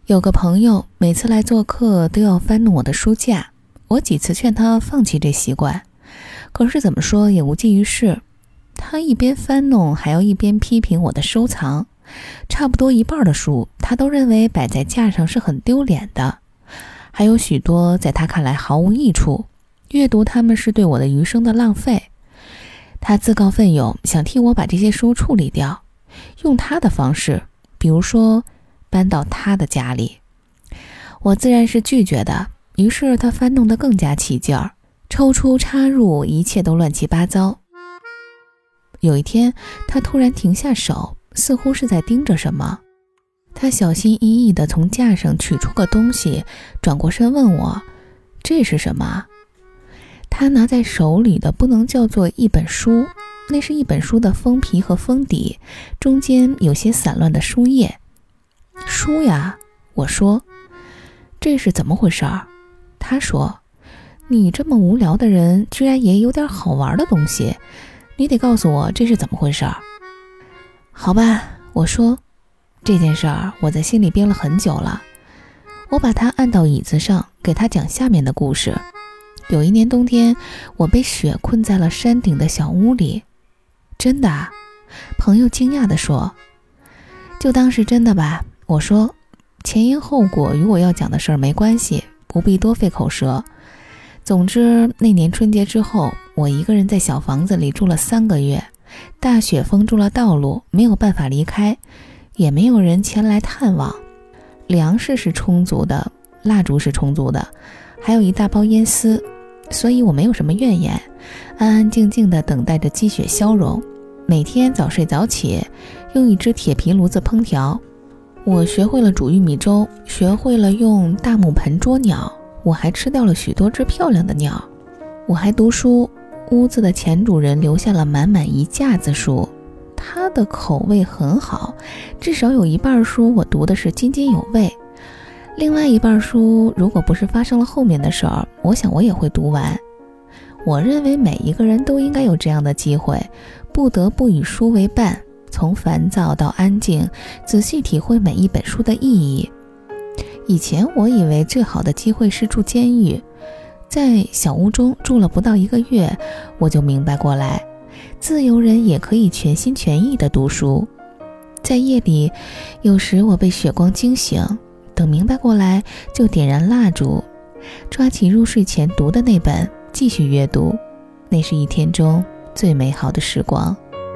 有个朋友每次来做客都要翻弄我的书架，我几次劝他放弃这习惯，可是怎么说也无济于事。他一边翻弄还要一边批评我的收藏，差不多一半的书他都认为摆在架上是很丢脸的，还有许多在他看来毫无益处，阅读他们是对我的余生的浪费。他自告奋勇想替我把这些书处理掉，用他的方式，比如说搬到他的家里。我自然是拒绝的，于是他翻弄得更加起劲儿，抽出插入，一切都乱七八糟。有一天他突然停下手，似乎是在盯着什么。他小心翼翼地从架上取出个东西，转过身问我，这是什么？他拿在手里的不能叫做一本书，那是一本书的封皮和封底，中间有些散乱的书页。书呀，我说。这是怎么回事儿？他说，你这么无聊的人居然也有点好玩的东西，你得告诉我这是怎么回事儿。好吧，我说，这件事儿我在心里憋了很久了。我把他按到椅子上，给他讲下面的故事。有一年冬天，我被雪困在了山顶的小屋里。真的啊？朋友惊讶地说。就当是真的吧，我说，前因后果与我要讲的事儿没关系，不必多费口舌。总之，那年春节之后，我一个人在小房子里住了3个月，大雪封住了道路，没有办法离开，也没有人前来探望。粮食是充足的，蜡烛是充足的，还有一大包烟丝，所以我没有什么怨言，安安静静地等待着积雪消融。每天早睡早起，用一只铁皮炉子烹调。我学会了煮玉米粥，学会了用大木盆捉鸟，我还吃掉了许多只漂亮的鸟。我还读书，屋子的前主人留下了满满一架子书，他的口味很好，至少有一半书我读的是津津有味，另外一半书如果不是发生了后面的事儿，我想我也会读完。我认为每一个人都应该有这样的机会，不得不与书为伴，从烦躁到安静，仔细体会每一本书的意义。以前我以为最好的机会是住监狱，在小屋中住了不到1个月，我就明白过来，自由人也可以全心全意地读书。在夜里，有时我被雪光惊醒，等明白过来，就点燃蜡烛，抓起入睡前读的那本，继续阅读。那是一天中最美好的时光。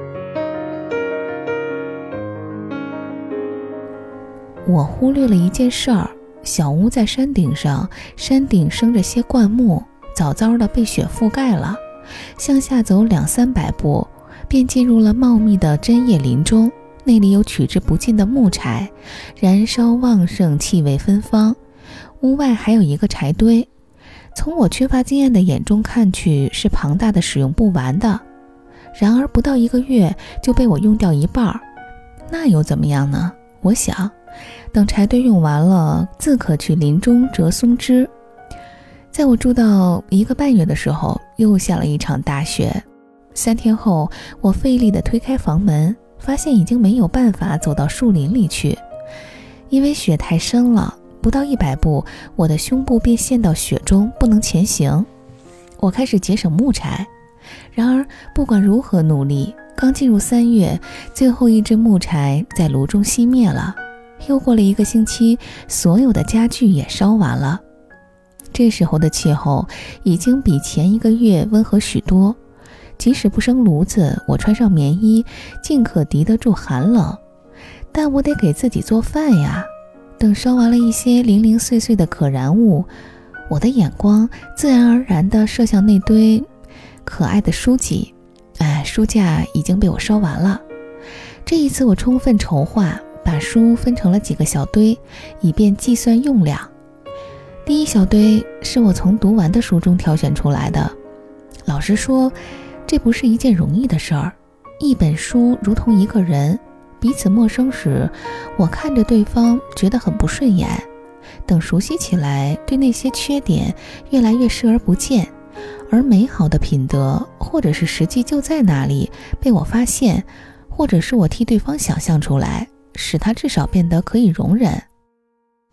我忽略了一件事儿，小屋在山顶上，山顶生着些灌木，早早的被雪覆盖了。向下走200-300步，便进入了茂密的针叶林中，那里有取之不尽的木柴，燃烧旺盛，气味芬芳。屋外还有一个柴堆，从我缺乏经验的眼中看去，是庞大的使用不完的。然而不到1个月就被我用掉一半，那又怎么样呢？我想，等柴堆用完了，自可去林中折松枝。在我住到1个半月的时候，又下了一场大雪。3天后，我费力地推开房门，发现已经没有办法走到树林里去，因为雪太深了，不到100步，我的胸部便陷到雪中，不能前行。我开始节省木柴，然而不管如何努力，刚进入3月，最后一支木柴在炉中熄灭了。又过了1个星期，所有的家具也烧完了。这时候的气候已经比前1个月温和许多，即使不生炉子，我穿上棉衣，尽可敌得住寒冷。但我得给自己做饭呀。等烧完了一些零零碎碎的可燃物，我的眼光自然而然地射向那堆可爱的书籍。书架已经被我烧完了。这一次我充分筹划，把书分成了几个小堆，以便计算用量。第一小堆是我从读完的书中挑选出来的。老实说，这不是一件容易的事儿。一本书如同一个人，彼此陌生时，我看着对方觉得很不顺眼，等熟悉起来，对那些缺点越来越视而不见，而美好的品德或者是实际就在那里，被我发现，或者是我替对方想象出来，使他至少变得可以容忍。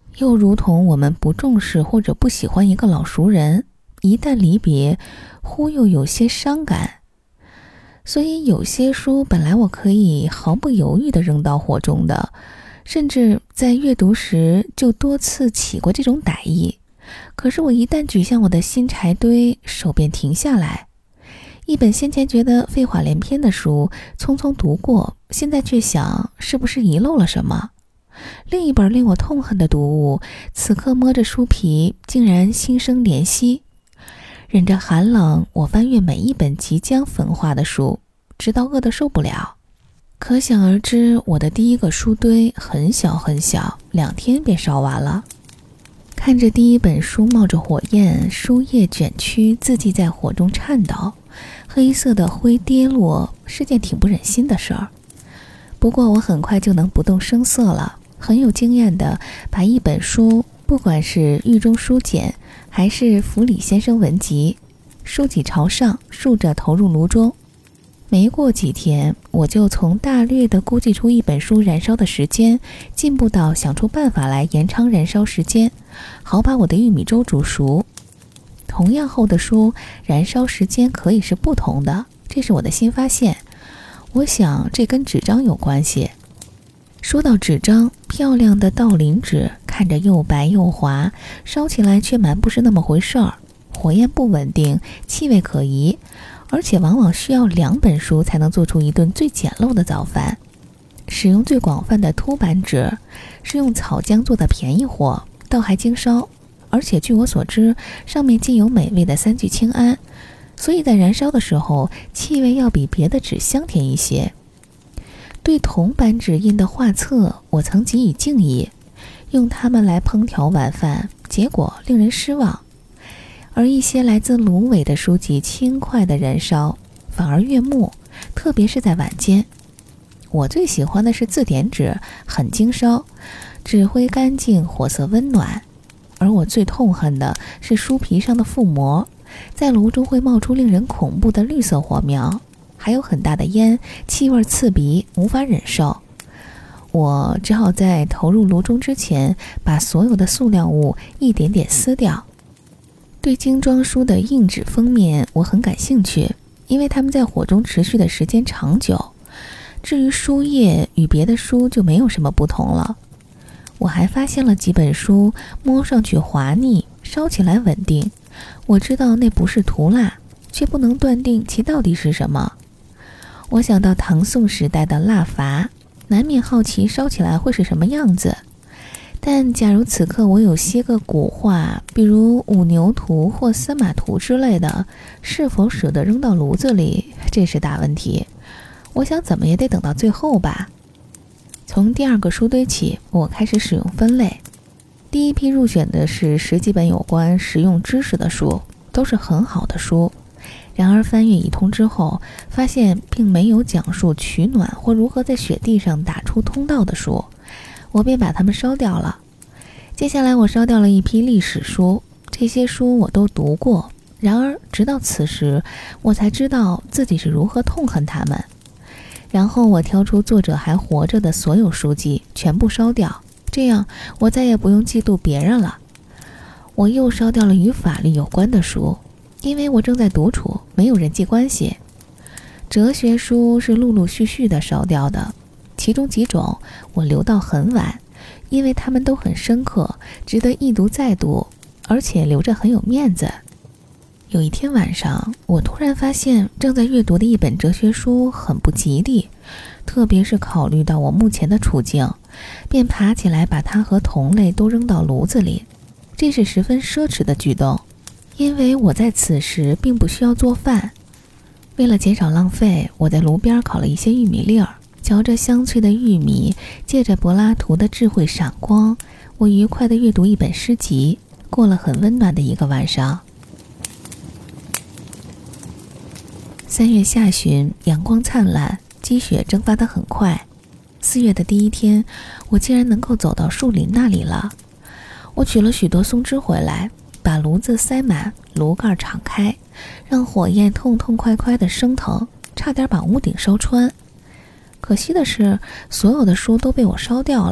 又如同我们不重视或者不喜欢一个老熟人，一旦离别，忽又有些伤感。所以有些书本来我可以毫不犹豫地扔到火中的，甚至在阅读时就多次起过这种歹意，可是我一旦举向我的新柴堆，手便停下来。一本先前觉得废话连篇的书，匆匆读过，现在却想是不是遗漏了什么。另一本令我痛恨的读物，此刻摸着书皮，竟然心生怜惜。忍着寒冷，我翻阅每一本即将焚化的书，直到饿得受不了。可想而知，我的第一个书堆很小很小，2天便烧完了。看着第一本书冒着火焰，书页卷曲，字迹在火中颤抖，黑色的灰跌落，是件挺不忍心的事儿。不过我很快就能不动声色了，很有经验的把一本书，不管是狱中书简还是弗里先生文集，书脊朝上竖着投入炉中。没过几天，我就从大略地估计出一本书燃烧的时间，进步到想出办法来延长燃烧时间，好把我的玉米粥煮熟。同样厚的书，燃烧时间可以是不同的，这是我的新发现。我想这跟纸张有关系。说到纸张，漂亮的道林纸看着又白又滑，烧起来却蛮不是那么回事儿，火焰不稳定，气味可疑，而且往往需要2本书才能做出一顿最简陋的早饭。使用最广泛的凸版纸，是用草浆做的便宜货，倒还经烧，而且据我所知，上面浸有美味的3聚氰胺，所以在燃烧的时候，气味要比别的纸香甜一些。对铜版纸印的画册，我曾给予敬意，用它们来烹调晚饭，结果令人失望。而一些来自芦苇的书籍轻快的燃烧，反而悦目，特别是在晚间。我最喜欢的是字典纸，很经烧，纸灰干净，火色温暖。而我最痛恨的是书皮上的覆膜，在炉中会冒出令人恐怖的绿色火苗，还有很大的烟，气味刺鼻，无法忍受。我只好在投入炉中之前，把所有的塑料物一点点撕掉。对精装书的硬纸封面我很感兴趣，因为它们在火中持续的时间长久。至于书页，与别的书就没有什么不同了。我还发现了几本书，摸上去滑腻，烧起来稳定。我知道那不是涂蜡，却不能断定其到底是什么。我想到唐宋时代的蜡筏，难免好奇烧起来会是什么样子。但假如此刻我有些个古画，比如五牛图或司马图之类的，是否舍得扔到炉子里，这是大问题。我想怎么也得等到最后吧。从第2个书堆起，我开始使用分类。第一批入选的是10几本有关实用知识的书，都是很好的书。然而翻阅一通之后，发现并没有讲述取暖或如何在雪地上打出通道的书，我便把它们烧掉了。接下来我烧掉了一批历史书，这些书我都读过，然而直到此时，我才知道自己是如何痛恨它们。然后我挑出作者还活着的所有书籍，全部烧掉，这样我再也不用嫉妒别人了。我又烧掉了与法律有关的书，因为我正在独处，没有人际关系。哲学书是陆陆续续的烧掉的，其中几种我留到很晚，因为它们都很深刻，值得一读再读，而且留着很有面子。有一天晚上，我突然发现正在阅读的一本哲学书很不吉利，特别是考虑到我目前的处境，便爬起来把它和同类都扔到炉子里。这是十分奢侈的举动，因为我在此时并不需要做饭。为了减少浪费，我在炉边烤了一些玉米粒儿，嚼着香脆的玉米，借着柏拉图的智慧闪光，我愉快地阅读一本诗集，过了很温暖的一个晚上。3月下旬，阳光灿烂，积雪蒸发得很快。4月的第一天，我竟然能够走到树林那里了。我取了许多松枝回来，把炉子塞满，炉盖敞开，让火焰痛痛快快地升腾，差点把屋顶烧穿。可惜的是，所有的书都被我烧掉了，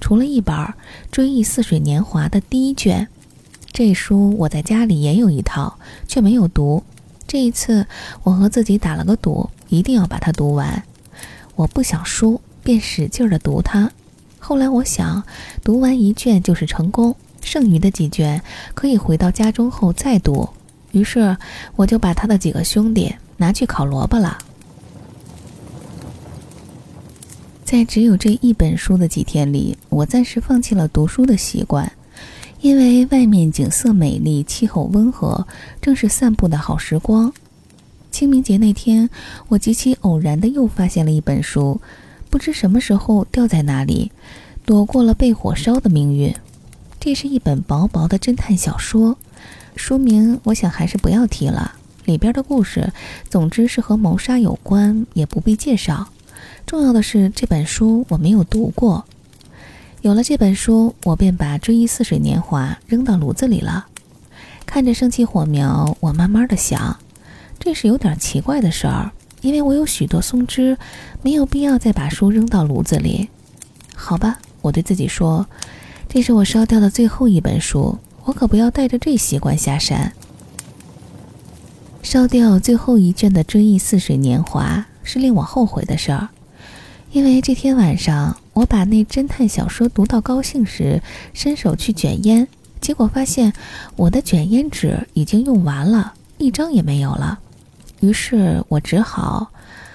除了一本《追忆似水年华》的第一卷。这书我在家里也有一套，却没有读。这一次我和自己打了个赌，一定要把它读完。我不想输，便使劲地读它。后来我想，读完一卷就是成功，剩余的几卷可以回到家中后再读。于是我就把他的几个兄弟拿去烤萝卜了。在只有这一本书的几天里，我暂时放弃了读书的习惯，因为外面景色美丽，气候温和，正是散步的好时光。清明节那天，我极其偶然地又发现了一本书，不知什么时候掉在哪里，躲过了被火烧的命运。这是一本薄薄的侦探小说，书名我想还是不要提了，里边的故事总之是和谋杀有关，也不必介绍。重要的是这本书我没有读过。有了这本书，我便把《追忆似水年华》扔到炉子里了。看着升起火苗，我慢慢地想，这是有点奇怪的事儿，因为我有许多松枝，没有必要再把书扔到炉子里。好吧，我对自己说，这是我烧掉的最后一本书，我可不要带着这习惯下山。烧掉最后一卷的《追忆似水年华》是令我后悔的事儿，因为这天晚上我把那侦探小说读到高兴时，伸手去卷烟，结果发现我的卷烟纸已经用完了，一张也没有了。于是我只好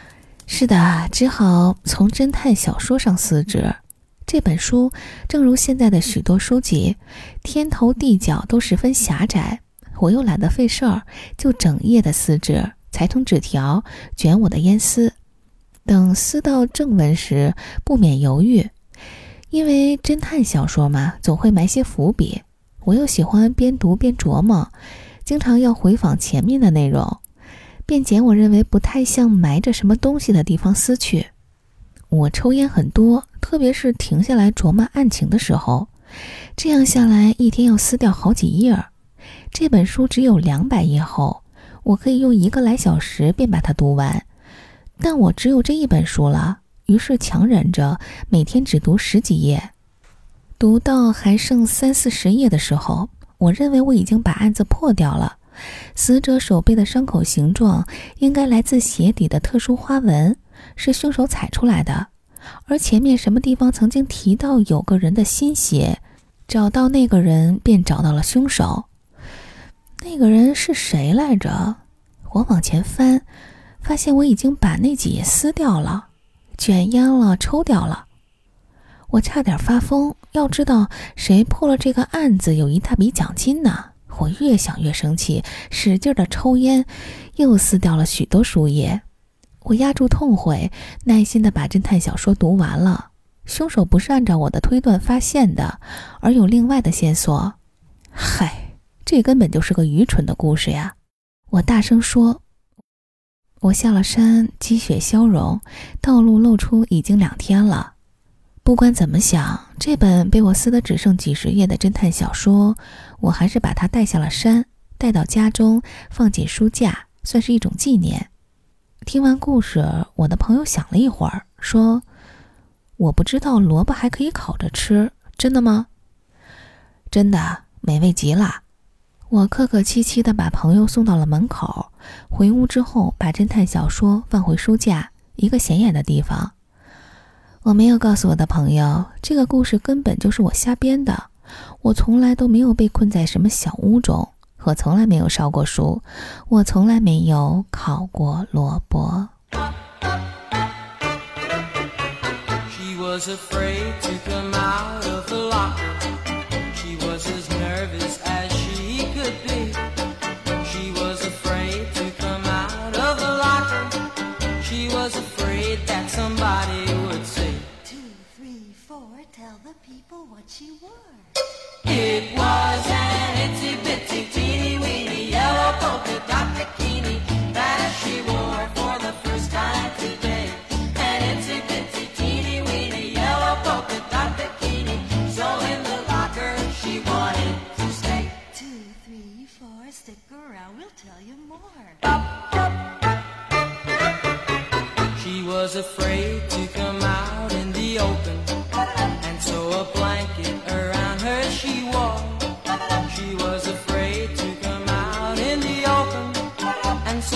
从侦探小说上撕纸。这本书正如现在的许多书籍，天头地脚都十分狭窄，我又懒得费事儿，就整页的撕纸，裁成纸条，卷我的烟丝。等撕到正文时，不免犹豫，因为侦探小说嘛，总会埋些伏笔，我又喜欢边读边琢磨，经常要回访前面的内容，便捡我认为不太像埋着什么东西的地方撕去。我抽烟很多，特别是停下来琢磨案情的时候，这样下来一天要撕掉好几页。这本书只有200页厚，我可以用1个来小时便把它读完，但我只有这一本书了，于是强忍着每天只读10几页。读到还剩30-40页的时候，我认为我已经把案子破掉了。死者手背的伤口形状应该来自鞋底的特殊花纹，是凶手踩出来的，而前面什么地方曾经提到有个人的新鞋，找到那个人便找到了凶手。那个人是谁来着？我往前翻，发现我已经把那几页撕掉了，卷烟了，抽掉了。我差点发疯，要知道谁破了这个案子有一大笔奖金呢。我越想越生气，使劲的抽烟，又撕掉了许多书页。我压住痛悔，耐心地把侦探小说读完了。凶手不是按照我的推断发现的，而有另外的线索。嗨，这根本就是个愚蠢的故事呀！我大声说。我下了山，积雪消融，道路露出已经2天了。不管怎么想，这本被我撕得只剩几十页的侦探小说，我还是把它带下了山，带到家中，放进书架，算是一种纪念。听完故事，我的朋友想了一会儿，说：“我不知道萝卜还可以烤着吃，真的吗？”“真的，美味极了。”我客客气气地把朋友送到了门口，回屋之后把侦探小说放回书架，一个显眼的地方。我没有告诉我的朋友，这个故事根本就是我瞎编的。我从来都没有被困在什么小屋中，我从来没有烧过书，我从来没有烤过萝卜。She was afraid to come out of the locker. She was as nervous as she could be. She was afraid to come out of the locker. She was afraid that somebody would say, 2, 3, 4, tell the people what she wore. It was an itsy bitsy teeny weeny yellow polka dot bikini that she wore for the first time today. An itsy bitsy teeny weeny yellow polka dot bikini, so in the locker she wanted to stay. 2, 3, 4, stick around, we'll tell you more. She was afraid to come out in the open, and so a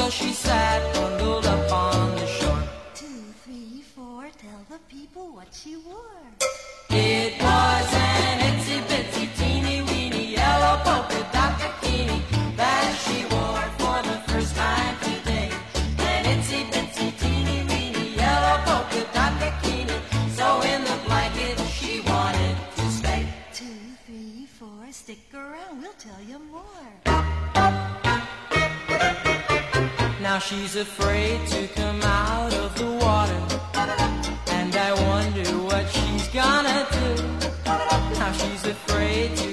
as she sat bundled up on the shore. 2, 3, 4, tell the people what she wore. It was an itsy bitsy teeny weeny yellow polka dot bikini that she wore for the first time today. An itsy bitsy teeny weeny yellow polka dot bikini, so in the blanket she wanted to stay. 2, 3, 4, stick around, we'll tell you more. Now she's afraid to come out of the water, and I wonder what she's gonna do. Now she's afraid to